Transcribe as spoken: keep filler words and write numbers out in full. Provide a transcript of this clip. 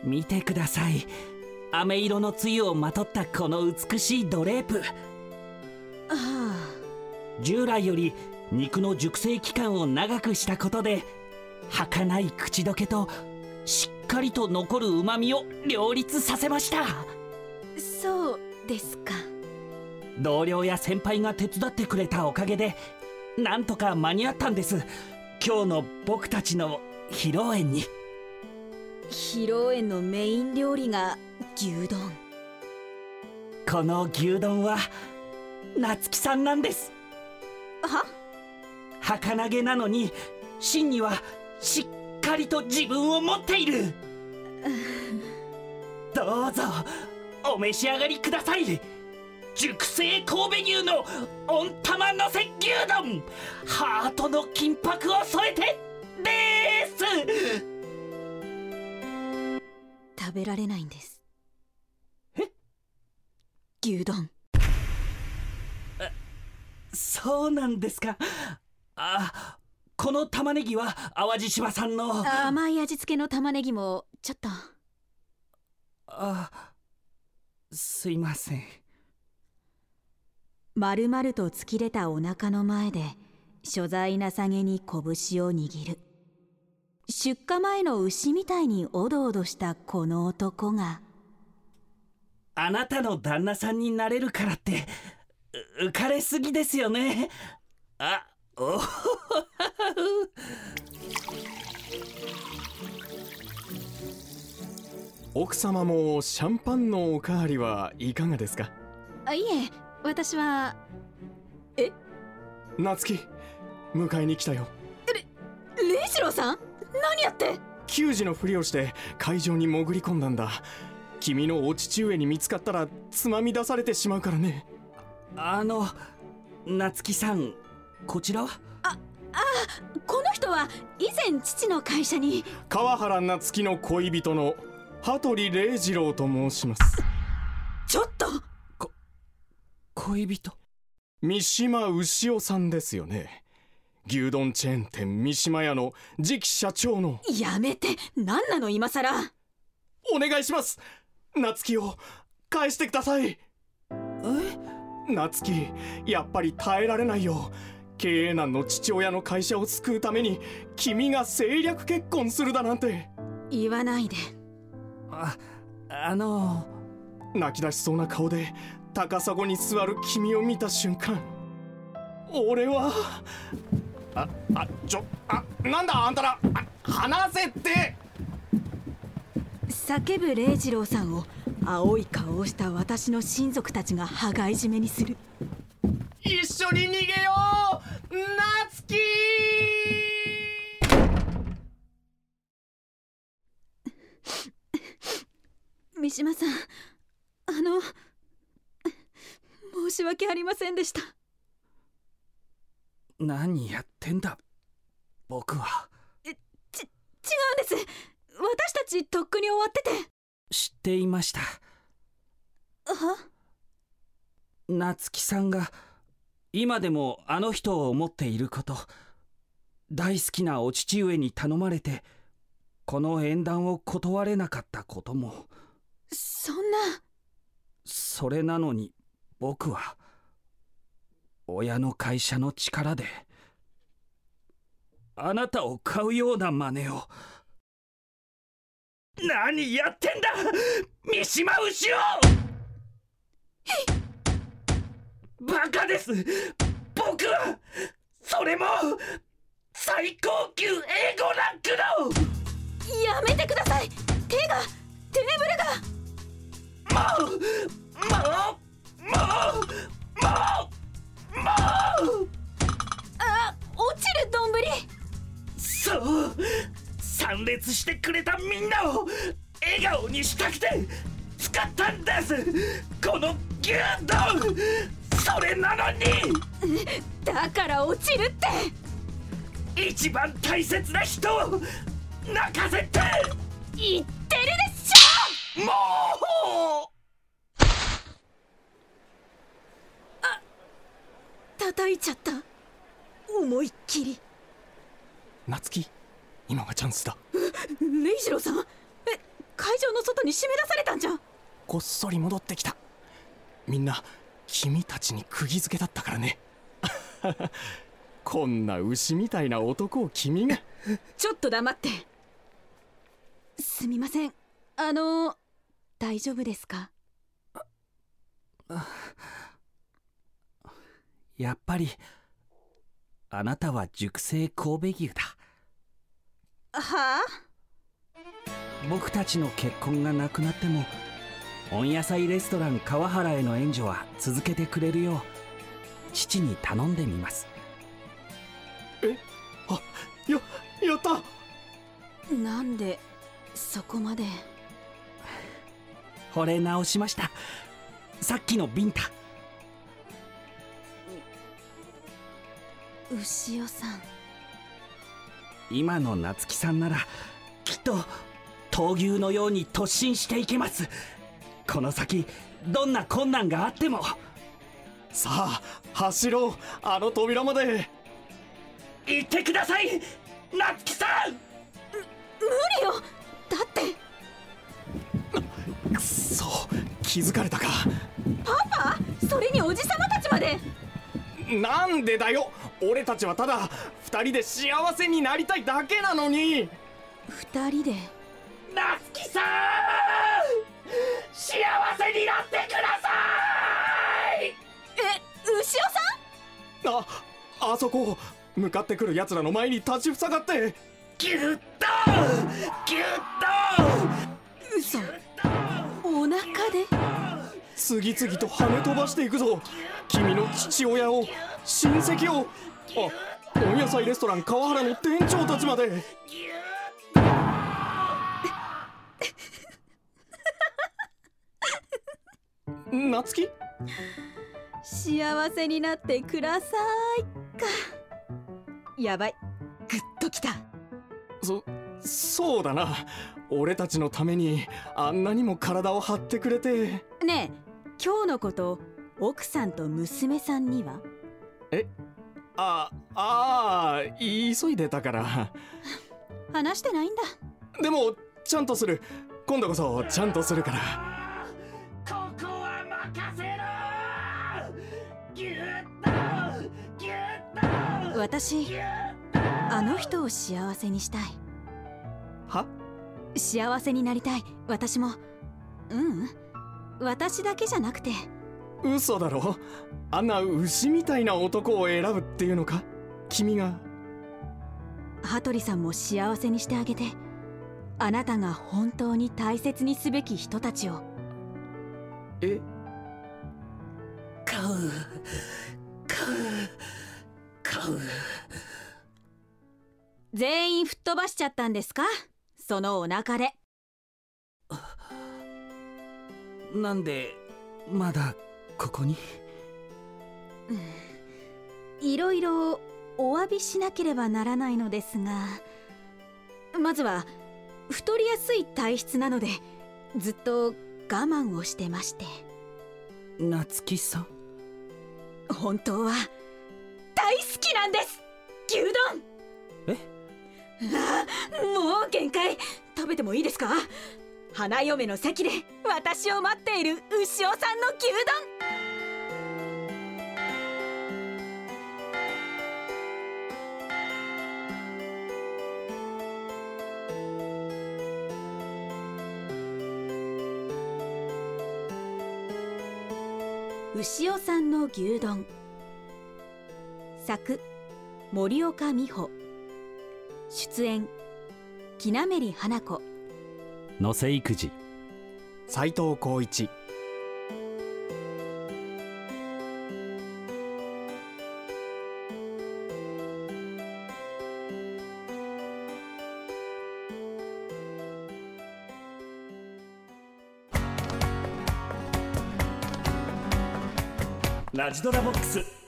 見てください。飴色のつゆをまとったこの美しいドレープ。はあ、従来より肉の熟成期間を長くしたことで儚い口どけとしっかりと残る旨味を両立させました。 そうですか。 同僚や先輩が手伝ってくれたおかげでなんとか間に合ったんです。今日の僕たちの披露宴に。 披露宴のメイン料理が牛丼。 この牛丼は夏希さんなんです。 は？ 儚げなのに芯にはしっかりと自分を持っている。どうぞお召し上がりください。熟成神戸牛の温玉のせ牛丼、ハートの金箔を添えてです。 食べられないんです。 え？ 牛丼。 そうなんですか。あ、この玉ねぎは淡路島産の甘い味付けの玉ねぎもちょっと。 あ、すいません。 丸々と突き出たお腹の前で所在なさげに拳を握る。出荷前の牛みたいにおどおどしたこの男が、 あなたの旦那さんになれるからって浮かれすぎですよね。あ、お奥様もシャンパンのおかわりはいかがですか？ あ、いえ、私は。え？ 夏希、迎えに来たよ。 れ、礼二郎さん？何やって？ 給仕のふりをして会場に潜り込んだんだ。君のお父上に見つかったらつまみ出されてしまうからね。 あの夏希さん、こちらは？ あ、あ、この人は以前父の会社に。 川原夏希の恋人の羽鳥礼二郎と申します。 ちょっと、 こ恋人？ 三島牛尾さんですよね。牛丼チェーン店三島屋の次期社長の。 やめて、何なの今さら。 お願いします。夏希を返してください。 え？ 夏希、やっぱり耐えられないよ。経営難の父親の会社を救うために君が政略結婚するだなんて。 言わないで。 あ、あの泣き出しそうな顔で高砂に座る君を見た瞬間、俺はあ、あ、ちょ、あ、なんだあんたら、あ、話せって。 叫ぶ礼二郎さんを青い顔をした私の親族たちが羽交い締めにする。 一緒に逃げよう夏希。 三島さん、あの申し訳ありませんでした。 何やってんだ僕は。 え、ち、違うんです。私たちとっくに終わってて。 知っていました。 は？ 夏希さんが今でもあの人を思っていること、大好きなお父上に頼まれてこの縁談を断れなかったことも。 そんな。 それなのに僕は親の会社の力であなたを買うような真似を。何やってんだ三島牛尾。バカです。僕はそれも最高級 エーご ランクの。 やめてください。手が、テーブルが。もうもうもうもうもう。 あ、落ちる丼。 そう、参列してくれたみんなを笑顔にしたくて使ったんです、この牛丼。それなのに。 だから落ちるって。 一番大切な人を泣かせて言ってるでしょ。 もう。 あ、叩いちゃった。思いっきり。 夏希、今がチャンスだ。 礼二郎さん、え、会場の外に締め出されたんじゃ。 こっそり戻ってきた。みんな君たちに釘付けだったからね。こんな牛みたいな男を君が。 ちょっと黙って。すみません、あの大丈夫ですか？ やっぱりあなたは熟成神戸牛だ。 はあ？ 僕たちの結婚がなくなっても温野菜レストラン川原への援助は続けてくれるよう父に頼んでみます。 え、あ、や、やった。 なんでそこまで。 惚れ直しました。さっきのビンタ。 牛尾さん、 今の夏希さんならきっと闘牛のように突進していけます。この先どんな困難があっても。 さあ走ろう、あの扉まで。 行ってください夏希さん。 無理よ。だってくっそ、気づかれたか。 パパ、それにおじさまたちまで。 なんでだよ、俺たちはただ二人で幸せになりたいだけなのに。 二人で。 夏希さん、幸せになってください。 え、牛尾さん？ あ、あそこ向かってくる奴らの前に立ちふさがって。 ギュッとギュッと。 嘘。お腹で？ 次々と跳ね飛ばしていくぞ。君の父親を、親戚を、あ、温野菜レストラン川原の店長たちまで。夏希？ 幸せになってくださいか。やばい、グッときた。 そ、そうだな。俺たちのためにあんなにも体を張ってくれて。 ねえ、今日のこと奥さんと娘さんには？ え、あ、ああ、急いでたから。 話してないんだ。 でもちゃんとする。今度こそちゃんとするから。 ここは任せろ。ギュッとギュッと。 私、あの人を幸せにしたい。 は？ 幸せになりたい。私も。ううん、私だけじゃなくて。 嘘だろ。あんな牛みたいな男を選ぶっていうのか、君が。 羽鳥さんも幸せにしてあげて。あなたが本当に大切にすべき人たちを。 え？ 買う買う買う。 全員吹っ飛ばしちゃったんですか、そのお腹で。 なんでまだここに？ いろいろお詫びしなければならないのですが、まずは太りやすい体質なのでずっと我慢をしてまして。 夏希さん、 本当は大好きなんです、牛丼。 え？ ああ、もう限界。食べてもいいですか？花嫁の席で私を待っている牛尾さんの牛丼。牛尾さんの牛丼。作森岡美穂。出演木なめり花子、 野瀬育児、 斉藤浩一。 ラジドラボックス。